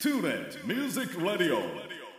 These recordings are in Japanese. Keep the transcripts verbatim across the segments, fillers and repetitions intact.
トゥーネミュージックラディオ。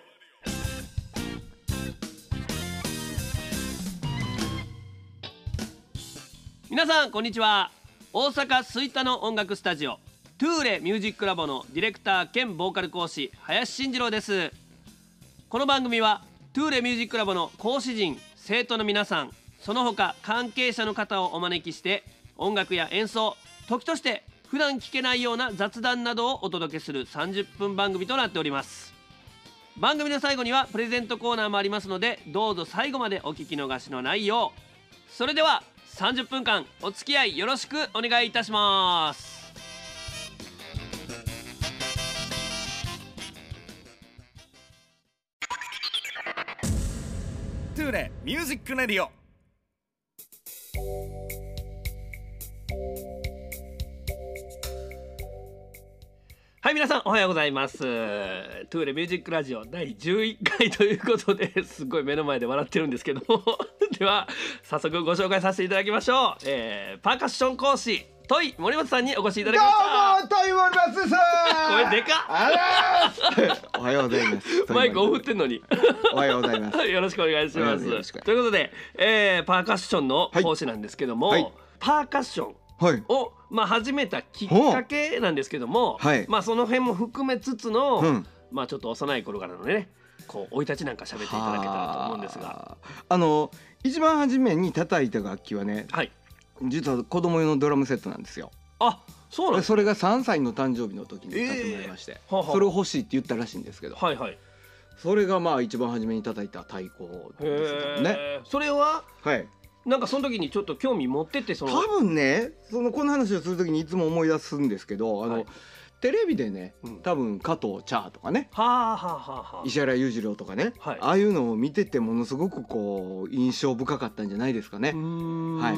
皆さんこんにちは。大阪吹田の音楽スタジオトゥーレミュージックラボのディレクター兼ボーカル講師林慎二郎です。この番組はトゥーレミュージックラボの講師陣、生徒の皆さん、その他関係者の方をお招きして音楽や演奏、時として普段聞けないような雑談などをお届けするさんじゅっぷん番組となっております。番組の最後にはプレゼントコーナーもありますので、どうぞ最後までお聞き逃しのないよう。それではさんじゅっぷんかんお付き合いよろしくお願いいたします。 トゥーレミュージックラディオ。 はい、皆さんおはようございます。トゥーレミュージックラジオだいじゅういっかいということで、すごい目の前で笑ってるんですけどもでは早速ご紹介させていただきましょう。えー、パーカッション講師トイ森本さんにお越しいただきました。 どうもトイ森本さん。 声でかっ。 あらーおはようございます。 マイクオフってんのにおはようございます。 よろしくお願いします。 よろしくということで、えー、パーカッションの講師なんですけども、 はいはい、 パーカッションはい、 を、まあ、始めたきっかけなんですけども、 はい、 まあ、その辺も含めつつの、 うん、 まあ、ちょっと幼い頃からのね、こう生い立ちなんか喋っていただけたらと思うんですが、 あの一番初めに叩いた楽器はね、はい、実は子供用のドラムセットなんですよ。 あ、そうなんです。 それがさんさいの誕生日の時に買ってもらいまして、えーははそれを欲しいって言ったらしいんですけど、はいはい、それがまあ一番初めに叩いた太鼓ですね。 それは、 はい、なんかその時にちょっと興味持ってて、その多分ね、そのこの話をする時にいつも思い出すんですけど、あの、はい、テレビでね、多分加藤茶とかね、はあはあはあ、石原裕次郎とかね、はい、ああいうのを見ててものすごくこう印象深かったんじゃないですかね。うーん、はい、うん、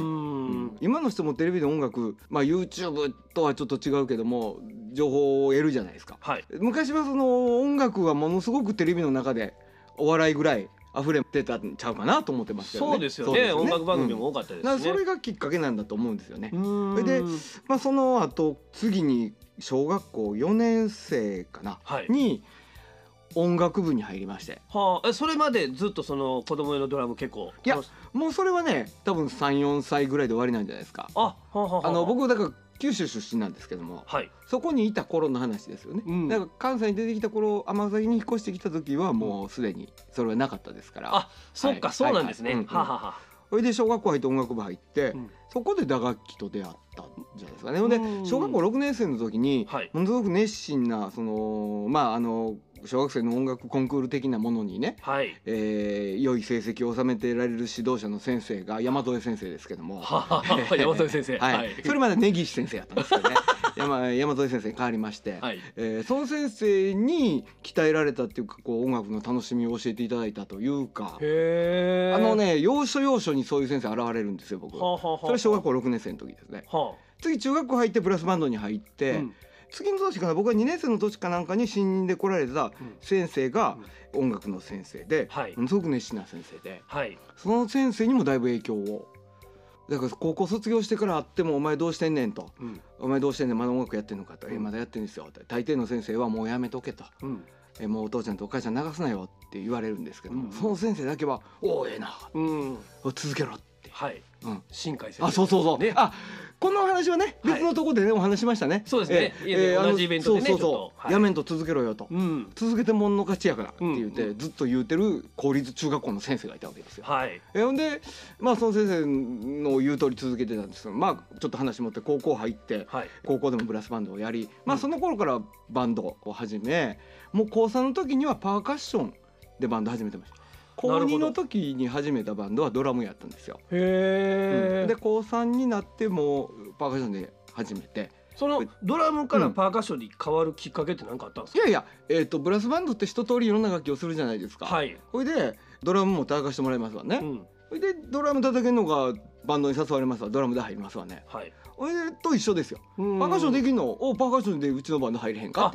今の人もテレビで音楽、まあ、YouTube とはちょっと違うけども情報を得るじゃないですか。はい、昔はその音楽はものすごくテレビの中でお笑いぐらい溢れてたんちゃうかなと思ってますけどね。 そうですよね。音楽番組も多かったですね。 うん、それがきっかけなんだと思うんですよね。それで、まあ、その後次に小学校よねんせいかな、はい、に音楽部に入りまして、 はあ、えそれまでずっとその子供用のドラム結構。 いやもうそれはね多分さん、よんさいぐらいで終わりなんじゃないですか。あ、はあはあ、あの僕だから九州出身なんですけども、はい、そこにいた頃の話ですよね。うん、だから関西に出てきた頃、尼崎に引っ越してきた時はもうすでにそれはなかったですから。 あ、そっか、はい、そうなんですね。ははは。 それで小学校入って音楽部入って、うん、そこで打楽器と出会ったんじゃないですかね。ほんで小学校ろくねんせいの時に、はい、ものすごく熱心なそのまああの小学生の音楽コンクール的なものにね、はい、えー、良い成績を収めていられる指導者の先生が大和江先生ですけども大和江先生、 はい、それまで根岸先生やったんですけどね大和江先生に変わりまして、はい、えー、その先生に鍛えられたっていうか、こう音楽の楽しみを教えていただいたというか、へー、あのね要所要所にそういう先生現れるんですよ僕。はあはあはあ、それ小学校ろくねんせいの時ですね。はあ、次中学校入ってブラスバンドに入って、うん、次の年かな、僕はにねんせいの年かなんかに新任で来られた先生が音楽の先生で、うん、すごく熱心な先生で、はい、その先生にもだいぶ影響を。だから高校卒業してから会ってもお前どうしてんねんと、うん、お前どうしてんねん、まだ音楽やってんのかと、うん、えまだやってんですよって、大抵の先生はもうやめとけと、うん、えもうお父ちゃんとお母ちゃん流すなよって言われるんですけども、うん、その先生だけはおおええな、うん、続けろって、はい、うん、新海先生、あ、そうそうそう、ね、あこの話はね別のところでね、はい、お話しましたね。そうですね、えー、同じイベントでね、そうそうそう、はい、やめんと続けろよと、うん、続けてもんの勝ちやからって言って、うんうん、ずっと言うてる公立中学校の先生がいたわけですよ。はい、えー、ほんでまあその先生の言う通り続けてたんですけど、まあちょっと話持って高校入って、はい、高校でもブラスバンドをやり、まあその頃からバンドを始め、もう高さんの時にはパーカッションでバンド始めてました。高にの時に始めたバンドはドラムやったんですよ。へー、うん、で高さんになってもパーカッションで始めて、 そのドラムからパーカッションに変わるきっかけって何かあったんですか？ いやいや、えーと、ブラスバンドって一通りいろんな楽器をするじゃないですか。はい、それでドラムも叩かしてもらいますわね。うん、それでドラム叩けるのがバンドに誘われますわ、ドラムで入りますわね。はい、それと一緒ですよ。パーカッションできるの、おパーカッションでうちのバンド入れへんかっていう。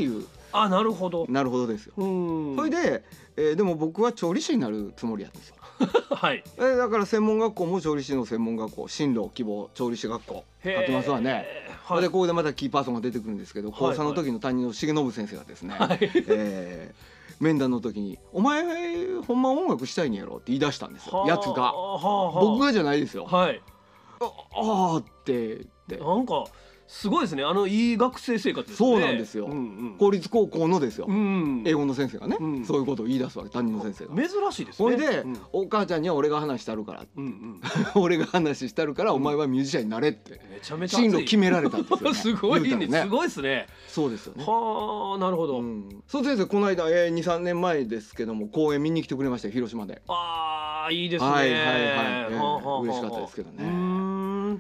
あ、なるほど。 なるほどですよ。 うんそれで、えー、でも僕は調理師になるつもりやったんですよ。 はい。 えー、だから専門学校も調理師の専門学校、進路希望調理師学校書きますわね。はい、でここでまたキーパーソンが出てくるんですけど、高さんの時の担任の重信先生がですね、はい、えー、面談の時に「お前ほんま音楽したいんやろ」って言い出したんですよ、やつが。僕がじゃないですよ。はい、ああってって。 なんかすごいですね、あのいい学生生活ですね。 そうなんですよ、うんうん、公立高校のですよ、うん、英語の先生がね、うん、そういうことを言い出すわけ、担任の先生が。 珍しいですね。 それで、うん、お母ちゃんには俺が話したるから、うんうん、俺が話したるからお前はミュージシャンになれってめちゃめちゃ進路決められたんですよ、ね、 すごいね、すごいですね。 そうですよね。 はあ、なるほど、 うん、そう先生この間、えー、にさんねんまえですけども公演見に来てくれましたよ、広島で。 ああ、いいですね。 はいはいはい、えー、嬉しかったですけどね。うん、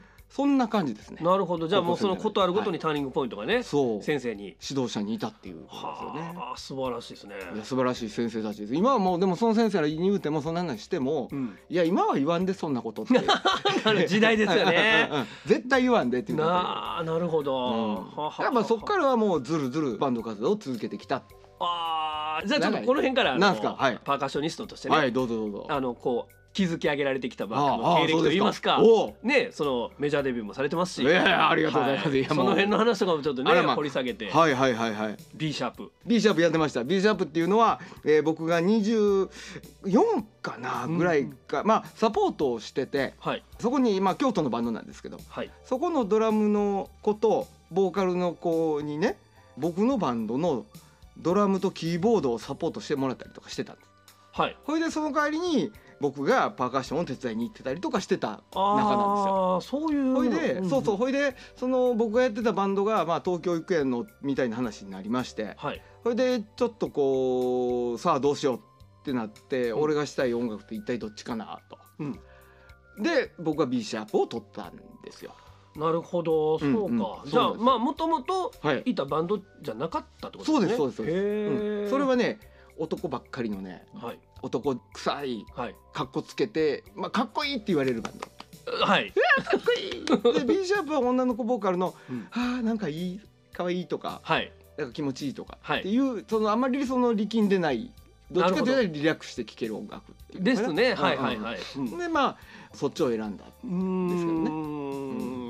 そんな感じですね。 なるほど。じゃあもうそのことあるごとにターニングポイントがね、はい、そう先生に指導者にいたっていうことですよね。 はあ、素晴らしいですね。 いや素晴らしい先生たちです。今はもうでもその先生らに言うてもそんな話しても、うん、いや今は言わんでそんなことって時代ですよね。 絶対言わんでっていうなあ、なるほど、うん、 やっぱそっからはもうずるずるバンド活動を続けてきた。 ああ、じゃあちょっとこの辺からなんすか、はい、 パーカッショニストとしてね、 はい、どうぞどうぞ。 あのこう築き上げられてきたばっかの経歴といいますか、ね、そのメジャーデビューもされてますし、 いやいやありがとうございます、はい、 その辺の話とかもちょっとね、まあ、掘り下げて、 はいはいはいはい、 B シャープ B シャープやってました。 B シャープっていうのは、えー、僕がにじゅうよんかなぐらいか、うん、まあサポートをしてて、はい、そこに、まあ、京都のバンドなんですけど、はい、そこのドラムの子とボーカルの子にね、僕のバンドのドラムとキーボードをサポートしてもらったりとかしてたんです。はい、それでその代わりに僕がパーカッションを手伝いに行ってたりとかしてた仲なんですよ。 あ、そういうほいで、うん、そうそう、ほいでその僕がやってたバンドが、まあ、東京育園のみたいな話になりまして、はい、それでちょっとこうさあどうしようってなって、うん、俺がしたい音楽って一体どっちかなと、うん、で僕は B シャープを取ったんですよ。 なるほど、そうか、うんうん、じゃあまあもともといたバンドじゃなかったってことですね。 そうですそうですそうです、うん、それはね男ばっかりのね、はい、男臭い、はい、かっこつけて、まあ、かっこいいって言われるバンド、はい、うわかっこいいで B シャープは女の子ボーカルの、うん、はあなんかいいかわいいとか、はい、なんか気持ちいいとかっていう、はい、そのあまりその力んでないどっちかというとリラックスして聴ける音楽っていうですね。はいはいはい、 うん、でまあそっちを選んだんですけどね。うん、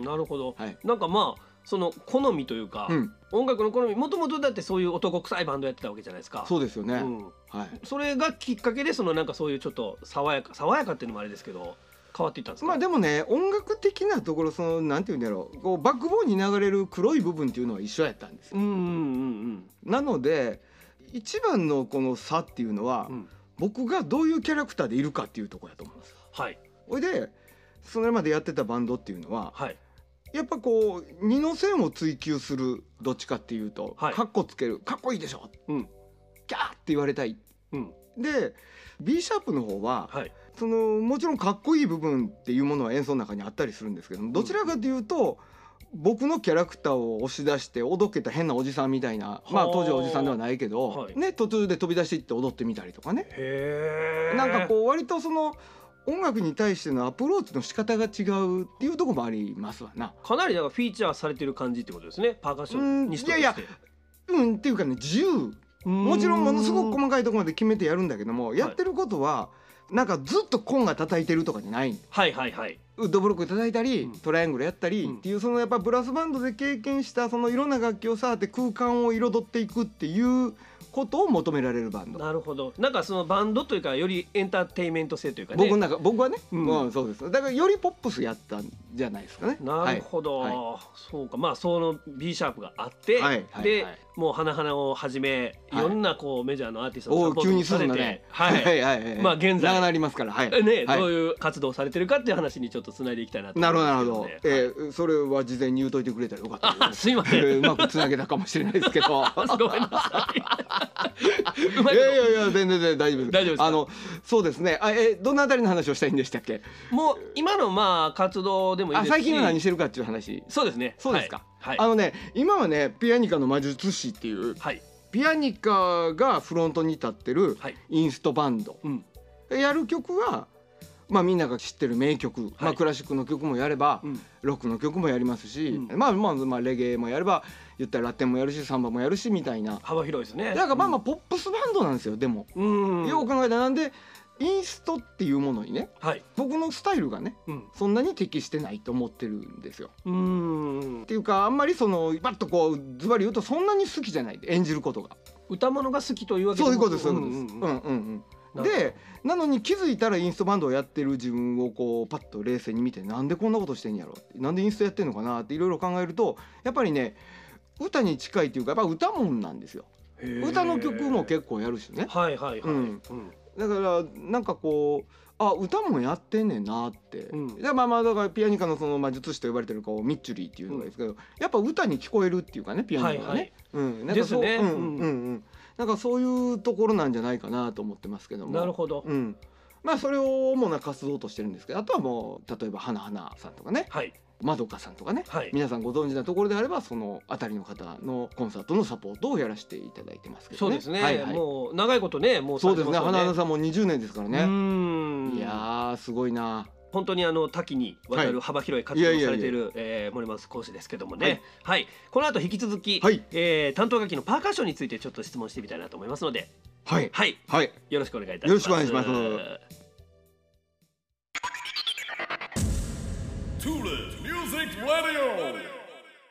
なるほど、はい、なんかまあその好みというか、うん、音楽の好み、もともとだってそういう男臭いバンドやってたわけじゃないですか。 そうですよね、うん、 はい、それがきっかけでそのなんかそういうちょっと爽やか爽やかっていうのもあれですけど変わっていったんですか。 まあでもね、音楽的なところ、そのなんていうんだろう、こうバックボーンに流れる黒い部分っていうのは一緒やったんですよ。うんうんうんうん、なので一番のこの差っていうのは、うん、僕がどういうキャラクターでいるかっていうところやと思うんです。はい。それでそれまでやってたバンドっていうのは、はい、やっぱこう二の線を追求する、どっちかっていうと、はい、かっこつける、かっこいいでしょ、うん、キャーって言われたい、うん、で B シャープの方は、はい、そのもちろんかっこいい部分っていうものは演奏の中にあったりするんですけども、どちらかというと、うん、僕のキャラクターを押し出しておどけた変なおじさんみたいな、まあ当時はおじさんではないけど、はい、ね、途中で飛び出していって踊ってみたりとかね、へー、なんかこう割とその音楽に対してのアプローチの仕方が違うっていうところもありますわな。 かなりだからフィーチャーされてる感じってことですね、パーカッションにして。いやいや、 うんっていうかね、自由、もちろんものすごく細かいところまで決めてやるんだけども、やってることはなんかずっとコンが叩いてるとかじゃない。はいはいはい。ウッドブロック叩いたり、うん、トライアングルやったり、うん、っていうそのやっぱブラスバンドで経験したそのいろんな楽器を触って空間を彩っていくっていうことを求められるバンド。 なるほど。なんかそのバンドというかよりエンターテインメント性というかね。 僕の中僕はね、うんうん、そうです。だからよりポップスやったんじゃないですかね。 なるほど。はいはい、そうか。まあその B シャープがあって、はいはい、で、はい、もう花々をはじめいろんなこうメジャーのアーティストのサポートをされて、ね、はいはいはいはい。まあ現在長なりますからはいね、はい、どういう活動をされてるかっていう話にちょっとつないでいきたいなと思います、ね。なるほどなるほど。えー、それは事前に言うといてくれたらよかったです。 すいません。 うまくつなげたかもしれないですけど。 ごめんなさい。 いやいやいや全然全然大丈夫です。大丈夫です。あのそうですね。あえどのあたりの話をしたいんでしたっけ。 もう今のまあ活動でもいいですし。あ最近は何してるかっていう話。 そうですね。 そうですか。はい、あのね今はねピアニカの魔術師っていう、はい、ピアニカがフロントに立ってるインストバンド、はい、うん、やる曲はまあみんなが知ってる名曲、はい、まあクラシックの曲もやれば、うん、ロックの曲もやりますし、うん、まあまあまあレゲエもやれば言ったらラテンもやるしサンバもやるしみたいな幅広いですね。 だからまあまあポップスバンドなんですよ。でもうんよう考えたらなんでインストっていうものにね、 はい、 僕のスタイルがね、うん、そんなに適してないと思ってるんですよ。うーんっていうかあんまりそのバッとこうズバリ言うとそんなに好きじゃない演じることが。 歌物が好きというわけでもそういうことですそういうことです。うんうんうん。でなのに気づいたらインストバンドをやってる自分をこうパッと冷静に見てなんでこんなことしてんやろなんでインストやってんのかなっていろいろ考えるとやっぱりね歌に近いっていうかやっぱ歌もんなんですよ。歌の曲も結構やるしね。 はいはいはい、うん、 だからなんかこうあ歌もやってんねんなって、うん、でまあまあだからピアニカのその魔術師と呼ばれてるこうミッチュリーっていうのがですけど、うん、やっぱ歌に聞こえるっていうかねピアニカがね、はいはい、うん、なんかそうですね、うんうんうん、なんかそういうところなんじゃないかなと思ってますけども。 なるほど、 うん、まあそれを主な活動としてるんですけどあとはもう例えば花花さんとかね、はい、まどかさんとかね、はい、皆さんご存知なところであればそのあたりの方のコンサートのサポートをやらせていただいてますけどね。 そうですね、はいはい、もう長いことねもうそうですね花花さんもにじゅうねんですからね。 うーんいやーすごいな。 本当にあの多岐にわたる幅広い活動をされている森松講師ですけどもね、はいはい、この後引き続き、はい、えー、担当楽器のパーカッションについてちょっと質問してみたいなと思いますので、はい、はいはい、よろしくお願いいたします。 よろしくお願いします。 トゥーレットミュージックラディオ。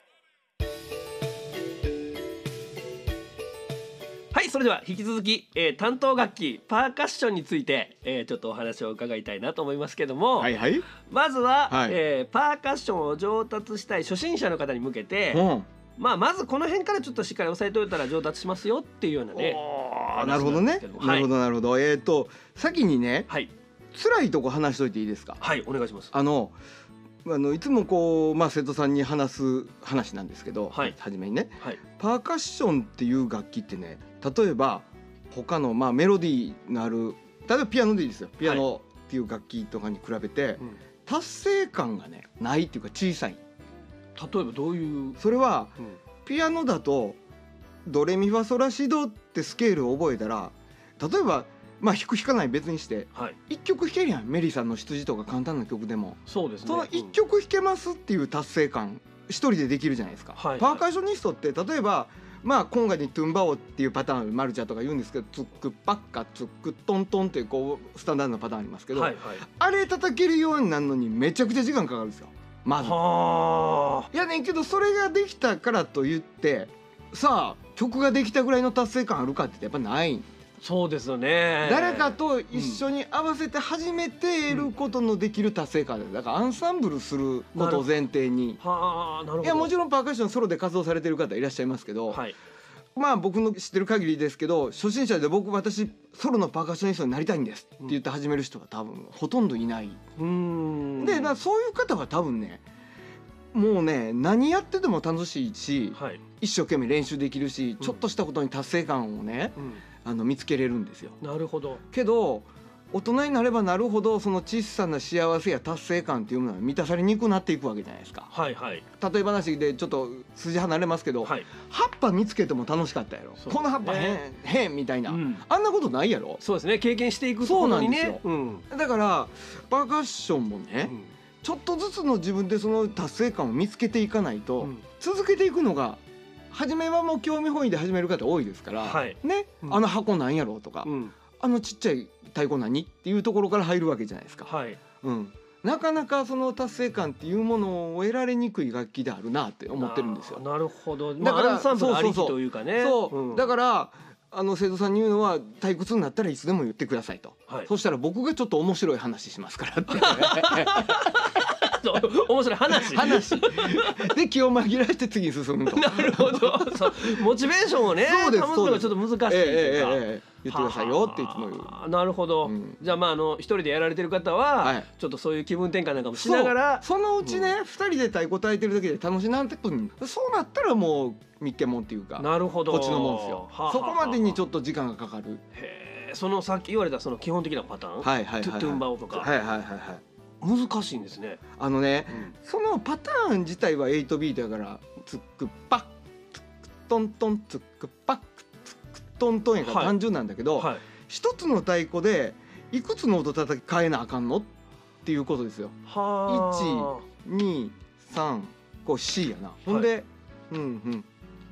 はい、それでは引き続き、えー、担当楽器パーカッションについて、えー、ちょっとお話を伺いたいなと思いますけども、はいはい、まずは、はい、えー、パーカッションを上達したい初心者の方に向けて、うん、まあ、まずこの辺からちょっとしっかり押さえておいたら上達しますよっていうようなね。 なるほどね、はい、なるほどなるほど。えーと先にね、はい、辛いとこ話しといていいですか。 はい、お願いします。 あのあのいつもこう、まあ、生徒さんに話す話なんですけど、はい、初めにね、はい、パーカッションっていう楽器ってね例えば他の、まあ、メロディーのある例えばピアノでいいですよピアノっていう楽器とかに比べて、はい、達成感がねないっていうか小さい。 例えばどういう。 それは、うん、ピアノだとドレミファソラシドってスケールを覚えたら例えばまあ弾く弾かない別にして、はい、いっきょく弾けるやん。メリーさんの羊とか簡単な曲でもそうですね、 そのいっきょく弾けますっていう達成感一人でできるじゃないですか、はいはい、パーカッショニストって例えばまあ今回にトゥンバオっていうパターンマルチャとか言うんですけどツックパッカツックトントンっていうこうスタンダードなパターンありますけど、はいはい、あれ叩けるようになるのにめちゃくちゃ時間かかるんですよまず。はーいやねんけどそれができたからといってさあ曲ができたぐらいの達成感あるかってやっぱないん。 そうですよね。 誰かと一緒に合わせて初めて得ることのできる達成感です。だからアンサンブルすることを前提に。はあ、なるほど。いやもちろんパーカッションソロで活動されてる方いらっしゃいますけど、はい、まあ僕の知ってる限りですけど初心者で僕私ソロのパーカッショニストになりたいんですって言って始める人は多分ほとんどいない。うーんで、まあ、そういう方は多分ねもうね何やってても楽しいし、はい、一生懸命練習できるし、うん、ちょっとしたことに達成感をね、うんあの見つけれるんですよ。 なるほど。 けど大人になればなるほどその小さな幸せや達成感っていうものは満たされにくくなっていくわけじゃないですか。はいはい。例え話でちょっと筋離れますけど、はい、葉っぱ見つけても楽しかったやろ、ね、この葉っぱ変変みたいな、うん、あんなことないやろ。 そうですね経験していくところにね。そうなんですよ、 うん、だからパーカッションもね、うん、ちょっとずつの自分でその達成感を見つけていかないと、うん、続けていくのが初めはもう興味本位で始める方多いですから、はい、ね、うん、あの箱なんやろうとか、うん、あのちっちゃい太鼓何っていうところから入るわけじゃないですか、はい、うん、なかなかその達成感っていうものを得られにくい楽器であるなって思ってるんですよ。 なるほど。だから、まあ、アンサンブルありきというかね。 そうそうそう、うん、だからあの生徒さんに言うのは退屈になったらいつでも言ってくださいと、はい、そしたら僕がちょっと面白い話しますからって面白い話話で気を紛らわして次に進むと。 なるほど。そうモチベーションをね保つのがちょっと難しいというか、えーえーえー、 言ってくださいよっていつも言う。 なるほど、うん、じゃあまああの一人でやられてる方は、はい、ちょっとそういう気分転換なんかもしながらそ, そのうちね、うん、ふたりで太鼓叩いてるだけで楽しなってくる。そうなったらもうみっけもんっていうか、 なるほどこっちのもんですよ。はあはあ、そこまでにちょっと時間がかかる。 へえ。そのさっき言われたその基本的なパターン、 はいはいはいはい、 トゥトゥンバオとか、 はいはいはいはい、 難しいんですね。 あのね、うん、そのパターン自体はエイトビートだからツックパッツックトントンツックパッツックトントンやから単純なんだけど、はいはい、一つの太鼓でいくつの音叩き替えなあかんのっていうことですよ。いち、に、さん、こう C やな、はい、ほんでうんうん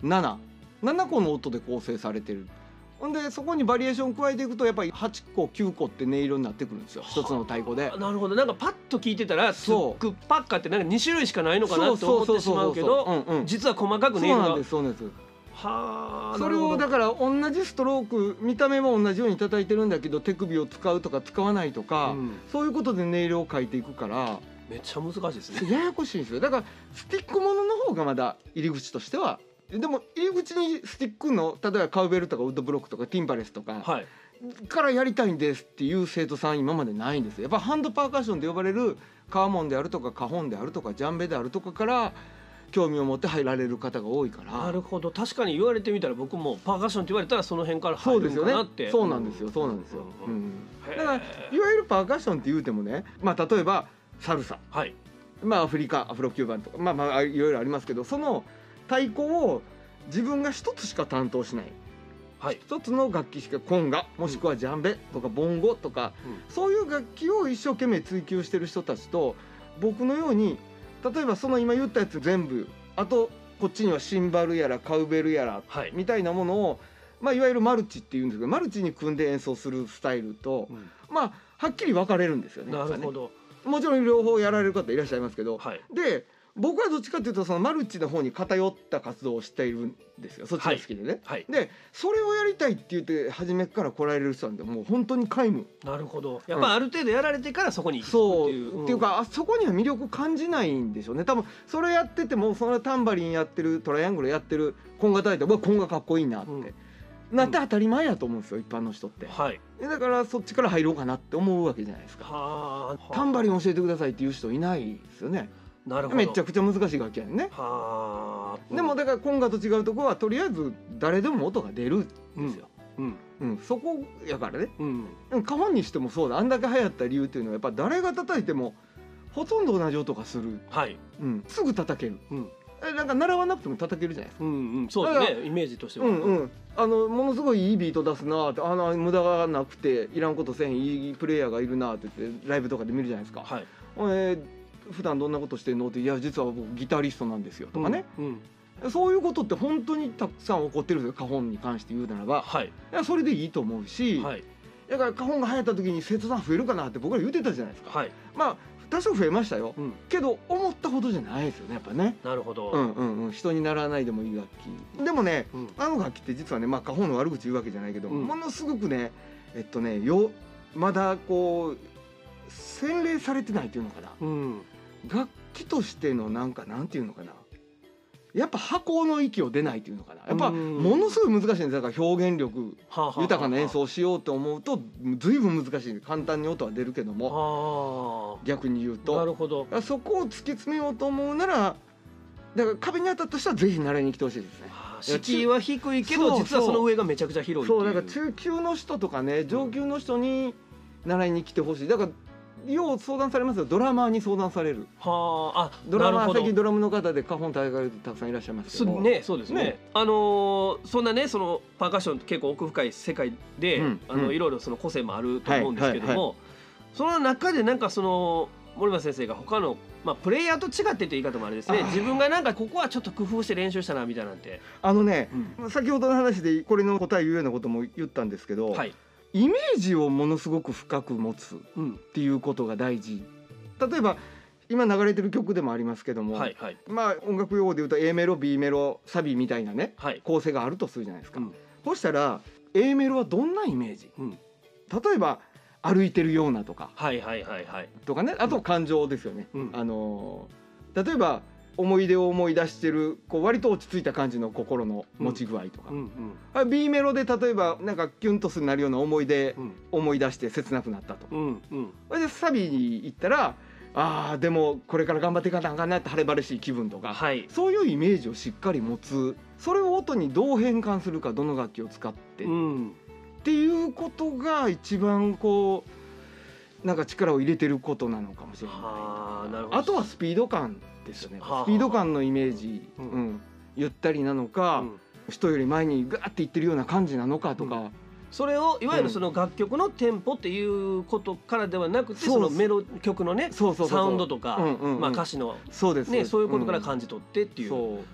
なな、ななこの音で構成されてる。ほんでそこにバリエーション加えていくとやっぱりはちこきゅうこって音色になってくるんですよ、一つの太鼓で。 なるほど。なんかパッと聞いてたらツックパッカってなんかに種類しかないのかなと思ってしまうけど、実は細かく音色が。 そうなんです、そうなんです。 はあ。 それをだから同じストローク、見た目も同じように叩いてるんだけど手首を使うとか使わないとか、うん、そういうことで音色を変えていくからめっちゃ難しいですね。 ややこしいんですよ。だからスティックものの方がまだ入り口としては、でも入り口にスティックの例えばカウベルとかウッドブロックとかティンパレスとか、はい、からやりたいんですっていう生徒さん今までないんですよ。やっぱハンドパーカッションで呼ばれるカーモンであるとかカホンであるとかジャンベであるとかから興味を持って入られる方が多いから。 なるほど。確かに言われてみたら僕もパーカッションって言われたらその辺から入るのかなって。 そうなんですよ、そうなんですよ。だからいわゆるパーカッションって言うてもね、まあ例えばサルサ、はい、まあアフリカアフロキューバンとかまあまあいろいろありますけど、その太鼓を自分が一つしか担当しない、はい、一つの楽器しか、コンガもしくはジャンベとかボンゴとか、うん、そういう楽器を一生懸命追求してる人たちと、僕のように例えばその今言ったやつ全部、あとこっちにはシンバルやらカウベルやら、はい、みたいなものを、まあ、いわゆるマルチっていうんですけど、マルチに組んで演奏するスタイルと、うん、まあはっきり分かれるんですよね。 なるほど。 もちろん両方やられる方いらっしゃいますけど、はい、で僕はどっちかというとそのマルチの方に偏った活動をしているんですよ、そっちが好きでね、はいはい、でそれをやりたいって言って初めから来られる人なんで、もう本当に皆無。 なるほど。やっぱある程度やられてからそこに行くっていう、そう、うん、っていうかあそこには魅力感じないんでしょうね多分。それやっててもそのタンバリンやってるトライアングルやってるコンガ叩いて、うわコンガかっこいいなって、うん、なって当たり前やと思うんですよ、一般の人って、はい、だからそっちから入ろうかなって思うわけじゃないですか。はタンバリン教えてくださいっていう人いないですよね。なるほど。めちゃくちゃ難しい楽器やね。はでもだからコンガと違うところはとりあえず誰でも音が出るんですよ、うんうんうん、そこやからね、うん、カホンにしてもそうだ。あんだけ流行った理由っていうのはやっぱ誰が叩いてもほとんど同じ音がする、はいうん、すぐ叩ける、うん、なんか習わなくても叩けるじゃないですか、うんうん、そうですね、イメージとしては、うんうん、あのものすごいいいビート出すなって、あの無駄がなくていらんことせんいいプレイヤーがいるなって言ってライブとかで見るじゃないですか、はいえー普段どんなことしてんのって、いや実は僕ギタリストなんですよとかね、うんうん、そういうことって本当にたくさん起こってるんですよ、カホンに関して言うならば、はい、いやそれでいいと思うし、はい、だからカホンが流行った時に生徒さん増えるかなって僕ら言ってたじゃないですか、はい、まあ多少増えましたよ、うん、けど思ったほどじゃないですよねやっぱね。なるほど、うんうんうん、人にならないでもいい楽器でもね、うん、あの楽器って実はね、まあカホンの悪口言うわけじゃないけど、うん、ものすごくねえっとねよまだこう洗練されてないっていうのかな、うん、楽器としてのなんかなんていうのかな、やっぱ箱の域を出ないっていうのかな、やっぱものすごい難しいんです。だから表現力豊かな演奏をしようと思うと随分難しい。簡単に音は出るけども、逆に言うと、なるほど、そこを突き詰めようと思うなら、だから壁に当たった人はぜひ習いに来てほしいですね。敷居は低いけど実はその上がめちゃくちゃ広いっていう。そうだから中級の人とかね上級の人に習いに来てほしい。だからよう相談されますよ、ドラマーに相談される。はあ、あドラマー最近ドラムの方でカホン叩かれるたくさんいらっしゃいますけどね。そうですね、ねあのー、そんなねそのパーカッションって結構奥深い世界で、うん、あのいろいろその個性もあると思うんですけども、はいはいはい、その中でなんかその森松先生が他の、まあ、プレイヤーと違ってって言い方もあれですね、自分がなんかここはちょっと工夫して練習したなみたいなんて。あのね、うん、先ほどの話でこれの答え言うようなことも言ったんですけど、はい、イメージをものすごく深く持つっていうことが大事。例えば今流れてる曲でもありますけども、はいはい、まあ音楽用語で言うと A メロ B メロサビみたいなね、はい、構成があるとするじゃないですか、うん、そしたら A メロはどんなイメージ、うん、例えば歩いてるようなとか、はいはいはいはい、とかね、あと感情ですよね、うん、あの例えば思い出を思い出してるこう割と落ち着いた感じの心の持ち具合とか、うんうん、B メロで例えばなんかキュンとするなるような思い出、うん、思い出して切なくなったと、うんうん、それでサビに行ったらあーでもこれから頑張っていかなあかんなって晴れ晴れしい気分とか、はい、そういうイメージをしっかり持つ。それを音にどう変換するか、どの楽器を使って、うん、っていうことが一番こうなんか力を入れてることなのかもしれない。あ、なるほど。あとはスピード感ですよね。スピード感のイメージ、うんうん、ゆったりなのか、うん、人より前にガーっていってるような感じなのかとか、うん、それをいわゆるその楽曲のテンポっていうことからではなくて、うん、そのメロ曲のねサウンドとか、まあ歌詞のそうですね、そういうことから感じ取ってっていう。そう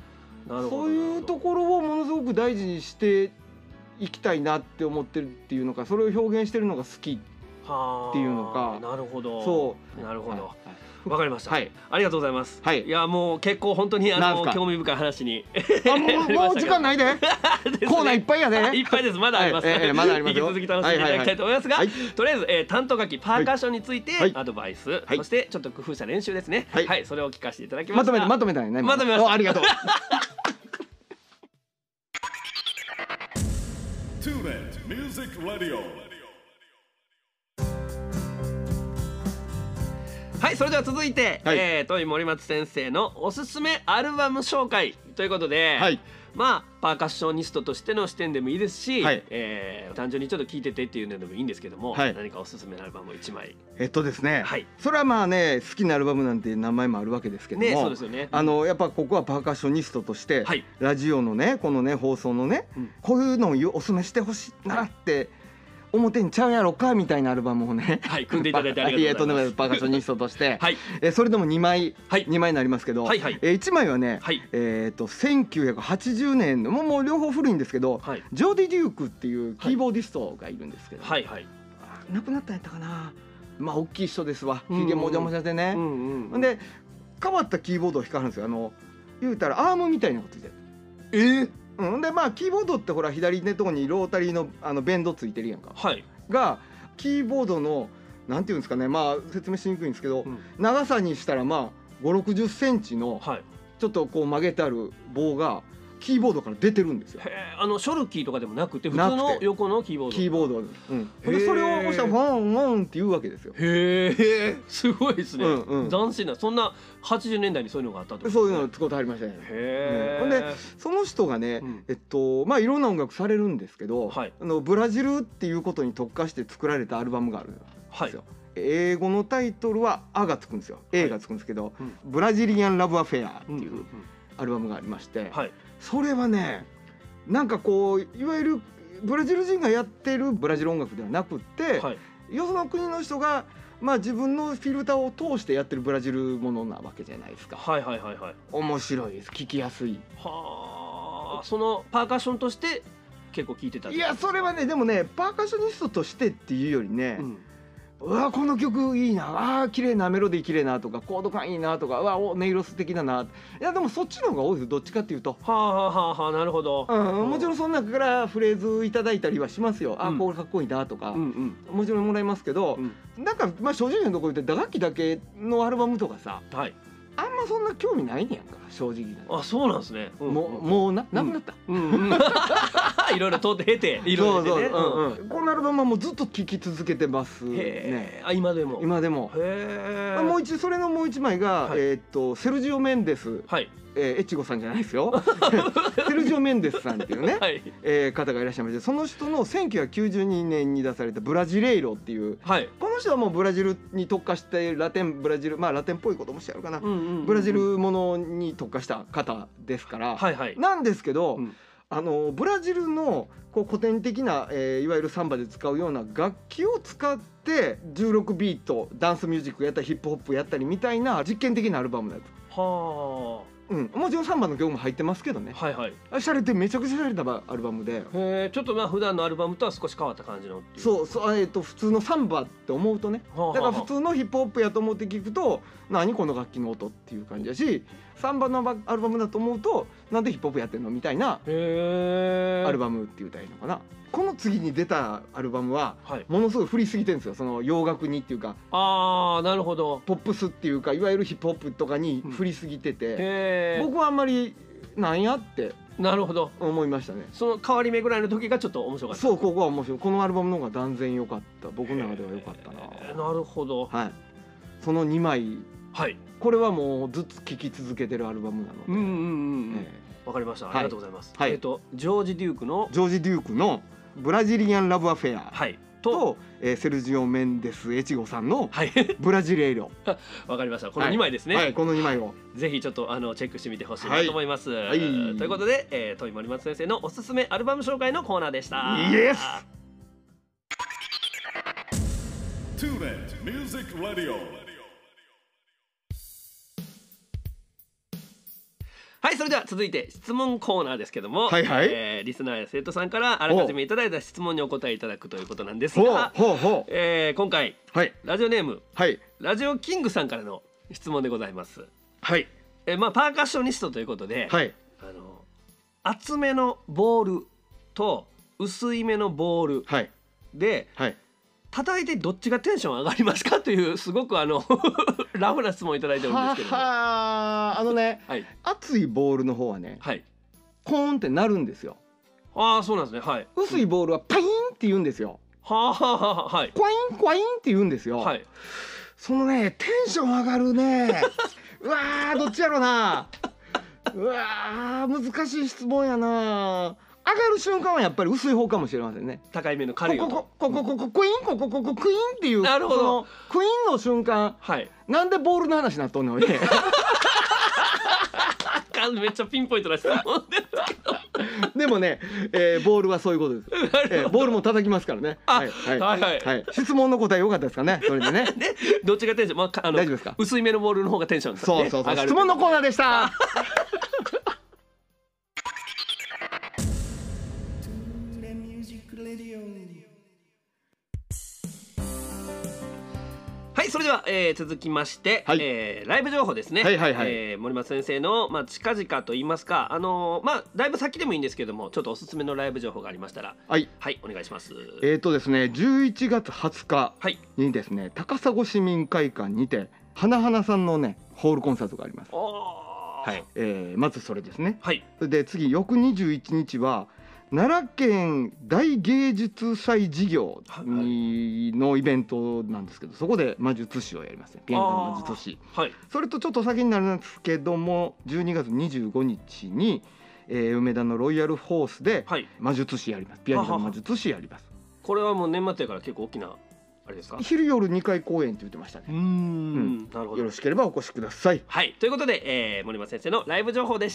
そういうところをものすごく大事にしていきたいなって思ってるっていうのか、それを表現してるのが好きっていうのか。 なるほど。 そうなるほど。 はいわかりました、 はい、 ありがとうございます、 はい、 いやもう結構本当にあの興味深い話にあもう、もう時間ないでコーナーいっぱいやでいっぱいです。まだあります、 はいえー、まだありますよ。 引き続き楽しんでいただきたいと思いますが、 はいはいはい、 とりあえず、えー、担当書きパーカッションについて、 はい、 アドバイス、 はい、 そしてちょっと工夫した練習ですね、はい、はい、それを聞かせていただきました。 まとめたまとめたよね。 まとめました。 ありがとうトゥーネットミュージックラディオ。 はい、それでは続いて、 はい、 えー、トイ森松先生のおすすめアルバム紹介ということで、 はい、 まあパーカッショニストとしての視点でもいいですし、 はい、 えー、単純にちょっと聞いててっていうのでもいいんですけども、はい、何かおすすめのアルバムをいちまい。 えっとですね、 はい、 それはまあね、好きなアルバムなんて何枚もあるわけですけども、 ね、そうですよね、 あのやっぱここはパーカッショニストとして、はい、ラジオのねこのね放送のね、うん、こういうのをおすすめしてほしいなって、はい、表にちゃうやろかみたいなアルバムをね、 はい、組んでいただいてありがとうございます。 パーカッショニストとして、 はい、 えそれでもにまい、はい、にまいになりますけど、 はいはい、 えいちまいはね、はい、えっとせんきゅうひゃくはちじゅうねんのもうもう両方古いんですけど、はい、ジョーディ・デュークっていうキーボーディストがいるんですけど、はいはい、亡くなったんやったかな。まあ大きい人ですわ。ひげもじゃもじゃでね。うんうん、で変わったキーボードを弾かはるんですよ。あの言うたらアームみたいなことで。えーうん、でまあキーボードってほら左のとこにロータリーのあのベンドついてるやんか、はい、がキーボードのなんていうんですかね、まあ説明しにくいんですけど、うん、長さにしたらまあごじゅうろくじゅっセンチのちょっとこう曲げてある棒がキーボードから出てるんですよ。 へー、あのショルキーとかでもなくて普通の横のキーボード。 キーボード、うん、でそれを押したらワンワンって言うわけですよ。 へえ、すごいですね、うんうん、斬新な。そんなはちじゅうねんだいにそういうのがあったと、ね、 そういうの使ってはりましたね。へえ、うん、でその人がね、うん、えっとまあいろんな音楽されるんですけど、はい、あのブラジルっていうことに特化して作られたアルバムがあるんですよ、はい、英語のタイトルは「あ」がつくんですよ、A がつくんですけど、はい、うん、ブラジリアン・ラブ・アフェアっていうアルバムがありまして、はい、それはねなんかこういわゆるブラジル人がやってるブラジル音楽ではなくって、はい、よその国の人がまあ自分のフィルターを通してやってるブラジルものなわけじゃないですか。はいはいはいはい。面白いです。聞きやすい。 はあ。そのパーカッションとして結構聞いてた。 いやそれはねでもねパーカッショニストとしてっていうよりね、うん、うわこの曲いいなあ、綺麗なメロディー綺麗なとかコード感いいなとか、うわ音色素敵だな。いやでもそっちの方が多いです。どっちかっていうと。 はあはあはあ、なるほど、 うん、もちろんその中からフレーズいただいたりはしますよ。うん、あこれかっこいいなとか、うんうん、もちろんもらいますけど、うん、なんかまあ正直なところで打楽器だけのアルバムとかさ、はい、あんまそんな興味ないねやんか正直な。 あそうなんですね。 うん、もうもうななくなった。うんうん、 いろいろ通って経ていろいろね。 このアルバムはもうずっと聴き続けてますね。 あ今でも。 今でも。へえ。もう一それのもう一枚が、はい、えっとセルジオ・メンデス。はい。えー、エチゴさんじゃないですよセルジオ・メンデスさんっていうね、はい、えー、方がいらっしゃいまして、その人のせんきゅうひゃくきゅうじゅうにねんに出された「ブラジレイロ」っていう、はい、この人はもうブラジルに特化してラテンブラジルまあラテンっぽいこともしてあるかな、うんうんうんうん、ブラジルものに特化した方ですから、はいはい、なんですけど、うん、あのブラジルのこう古典的な、えー、いわゆるサンバで使うような楽器を使ってじゅうろくビートダンスミュージックやったりヒップホップやったりみたいな実験的なアルバムだと。はあ。うん、もちろんサンバの曲も入ってますけどね。はいはい。しゃれてめちゃくちゃしゃれたアルバムで。へえ、ちょっとまあ普段のアルバムとは少し変わった感じの。 そうそう、えっと普通のサンバって思うとね。はあはあ、だから普通のヒップホップやと思って聞くと、何この楽器の音っていう感じだし、サンバのアルバムだと思うと、なんでヒップホップやってんのみたいなアルバムって言うたらいいのかな。この次に出たアルバムはものすごい振りすぎてるんですよ。その洋楽にっていうか、 ああなるほど、 ポップスっていうかいわゆるヒップホップとかに振りすぎてて、うん、僕はあんまりなんやってなるほど思いましたね。 その変わり目ぐらいの時がちょっと面白かった。 そう、ここは面白い。このアルバムの方が断然良かった。僕の中では良かったな。 なるほど。 はい。そのにまい、はい、これはもうずっと聴き続けてるアルバムなので。うんうんうん。 えー、わかりました。ありがとうございます。はい、えっとジョージ・デュークのジョージ・デュークのブラジリアン・ラブ・アフェア、はい、と, と、えー、セルジオ・メンデス・エチゴさんのブラジレイロ。 わかりました。このにまいですね。 はい、はい、このにまいをぜひちょっとあのチェックしてみてほしいなと思います。はいはい、ということで、えー、トイ森松先生のおすすめアルバム紹介のコーナーでした。 イエス。 トゥーネットミュージックラディオ。 はい、それでは続いて質問コーナーですけども、 はいはい、 えー、リスナーや生徒さんからあらかじめいただいた質問にお答えいただくということなんですが、ほうほうほう、えー、今回、はい、ラジオネーム、はい、ラジオキングさんからの質問でございます。はい、えー、まあパーカッショニストということで、はい、あの厚めのボールと薄いめのボールで、はいはい、叩いてどっちがテンション上がりますかというすごくあのラフな質問をいただいてるんですけども、ははあのね、はい、熱いボールの方はね、はい、コーンってなるんですよ。 ああそうなんですね。はい、 薄いボールはパインって言うんですよ。はあはあはあ、はい、コインコインって言うんですよ。はい、そのねテンション上がるねうわーどっちやろなうわー難しい質問やな。上がる瞬間はやっぱり薄い方かもしれませんね。 高いめの軽い音、 ここここここクイーンここここクイーンっていう、 なるほど、 クイーンの瞬間、はい、なんでボールの話になっとんのねめっちゃピンポイントな質問ですけどでもね、えー、ボールはそういうことです、えー、ボールも叩きますからね。はいはいはい、はい、質問の答え良かったですかね。それでねでどっちがテンション、まあ、あの大丈夫ですか。薄いめのボールの方がテンション、ね、 そうそうそう、質問のコーナーでしたはい、それでは、えー、続きまして、はい、えー、ライブ情報ですね。はいはいはい、えー、森松先生の、まあ、近々と言いますか、あのー、まあだいぶ先でもいいんですけども、ちょっとおすすめのライブ情報がありましたら、はい、はい、お願いします。 えーとですね、じゅういちがつはつかにですね、はい、高砂市民会館にて花々さんのねホールコンサートがあります。はい、えー、まずそれですね。はい、それで次翌にじゅういちにちは奈良県大芸術祭事業にのイベントなんですけど、そこで魔術師をやりますね。ピアノの魔術師、はい、それとちょっと先になるんですけども、じゅうにがつにじゅうごにちに、えー、梅田のロイヤルホースで魔術師やります。ピアノの魔術師やります。 これはもう年末やから結構大きなあれですか。 昼夜にかい公演って言ってましたね。うん、うん、なるほど。よろしければお越しください。 はい、ということで、えー、森松先生のライブ情報でした。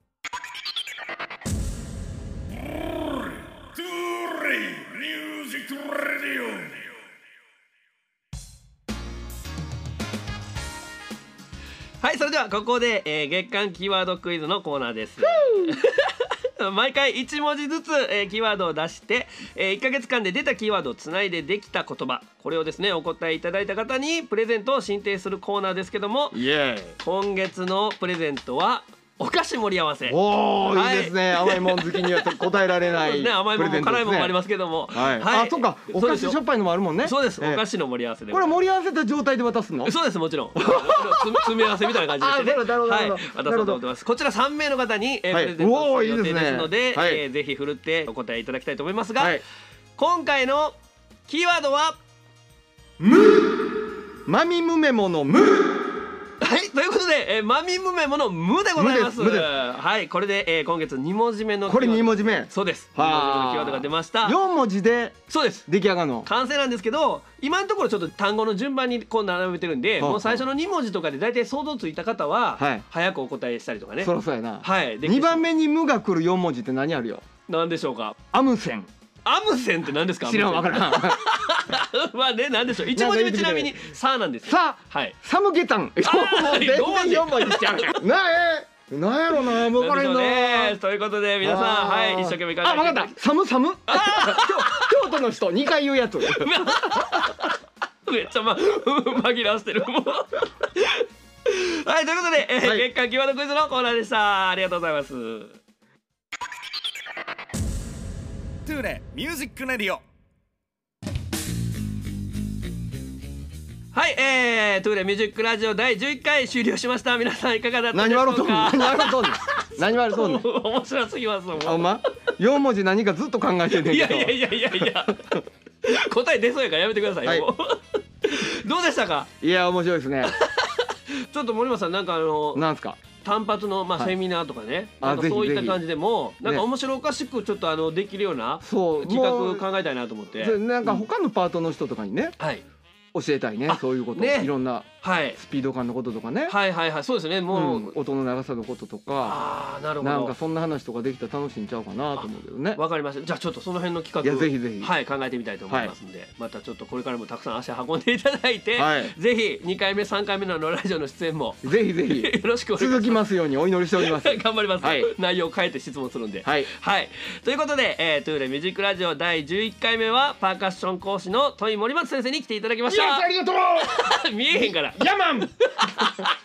はい、それではここで、えー、月間キーワードクイズのコーナーです毎回いち文字ずつ、えー、キーワードを出して、えー、いっかげつかんで出たキーワードをつないでできた言葉、これをですねお答えいただいた方にプレゼントを進呈するコーナーですけども、イエーイ、今月のプレゼントはお菓子盛り合わせ。 おお、はい、いいですね。甘いもん好きには答えられないね、甘いもんも辛いもんもありますけども、 はい、はい、あ、そうか、お菓子しょっぱいのもあるもんね。 そうです、 えー、 お菓子の盛り合わせで。 これ盛り合わせた状態で渡すの？ そうです、もちろん詰め合わせみたいな感じでしてね、はい、渡そうと思ってます。こちらさんめいの方に、えー、プレゼントする予定ですので、はい、えー、ぜひふるってお答えいただきたいと思いますが、はい、今回のキーワードはむ、まみむめものむ。 はい、ということで、えー、まみむめものむでございます。はい、これで、えー、今月にもじめのこれにもじめ、 そうです、にもじめのキーワードが出ました。 よんもじでそうです出来上がるの完成なんですけど、今のところちょっと単語の順番にこう並べてるんで、もう最初のにもじとかで大体想像ついた方は、はい、早くお答えしたりとかね。 そろそろやな。 はい、 にばんめにむが来るよんもじって何あるよ。 何でしょうか。 アムセン。 アムセンって何ですか。 知らん、わからんまあね、何でしょう。いち文字目ちなみにサーなんですよ。 さあ、はい、サムゲタン。全然よん文字しちゃう。なえ、なんやろな、もうこれな。 ということで皆さん、はい、一生懸命考えて。 あ、わかった。サムサム。京都の人にかい言うやつ。めっちゃま紛らわせてる。はい、ということで、えー、月間キーワードクイズのコーナーでした。ありがとうございます。 トゥーレミュージックレディオ。 はい、えー、トゥーレミュージックラジオだいじゅういっかい終了しました。皆さんいかがだったでしょうか。 何笑うとんねん。何笑うとんねん。 面白すぎますもん。 ほんまよん文字何かずっと考えてんねんけど。 いやいやいやいやいや答え出そうやからやめてください、はい、もうどうでしたか。 いや面白いですねちょっと森本さん、なんかあのなんすか、 単発の、まあ、セミナーとかね、なんかそういった感じでもなんか面白おかしくちょっとあのできるような企画考えたいなと思って、 なんか他のパートの人とかにね、 教えたいね、そういうこと、 ね、 いろんなはいスピード感のこととかね、 はいはいはい、そうですね、もう、 うん、音の長さのこととか、 あーなるほど、 なんかそんな話とかできたら楽しいんちゃうかなと思うけどね。 わかりました。じゃあちょっとその辺の企画、 いやぜひぜひ、 はい、考えてみたいと思いますので、はい、またちょっとこれからもたくさん足運んでいただいて、はい、ぜひにかいめさんかいめのラジオの出演もぜひぜひよろしくお願いします。 続きますようにお祈りしております。 頑張ります、 はい、 内容を変えて質問するんで、 はい、 はい、ということで、えー、トゥーレミュージックラジオだいじゅういっかいめはパーカッション講師の戸井森松先生に来ていただきました。 いやありがとう見えへんからヤマン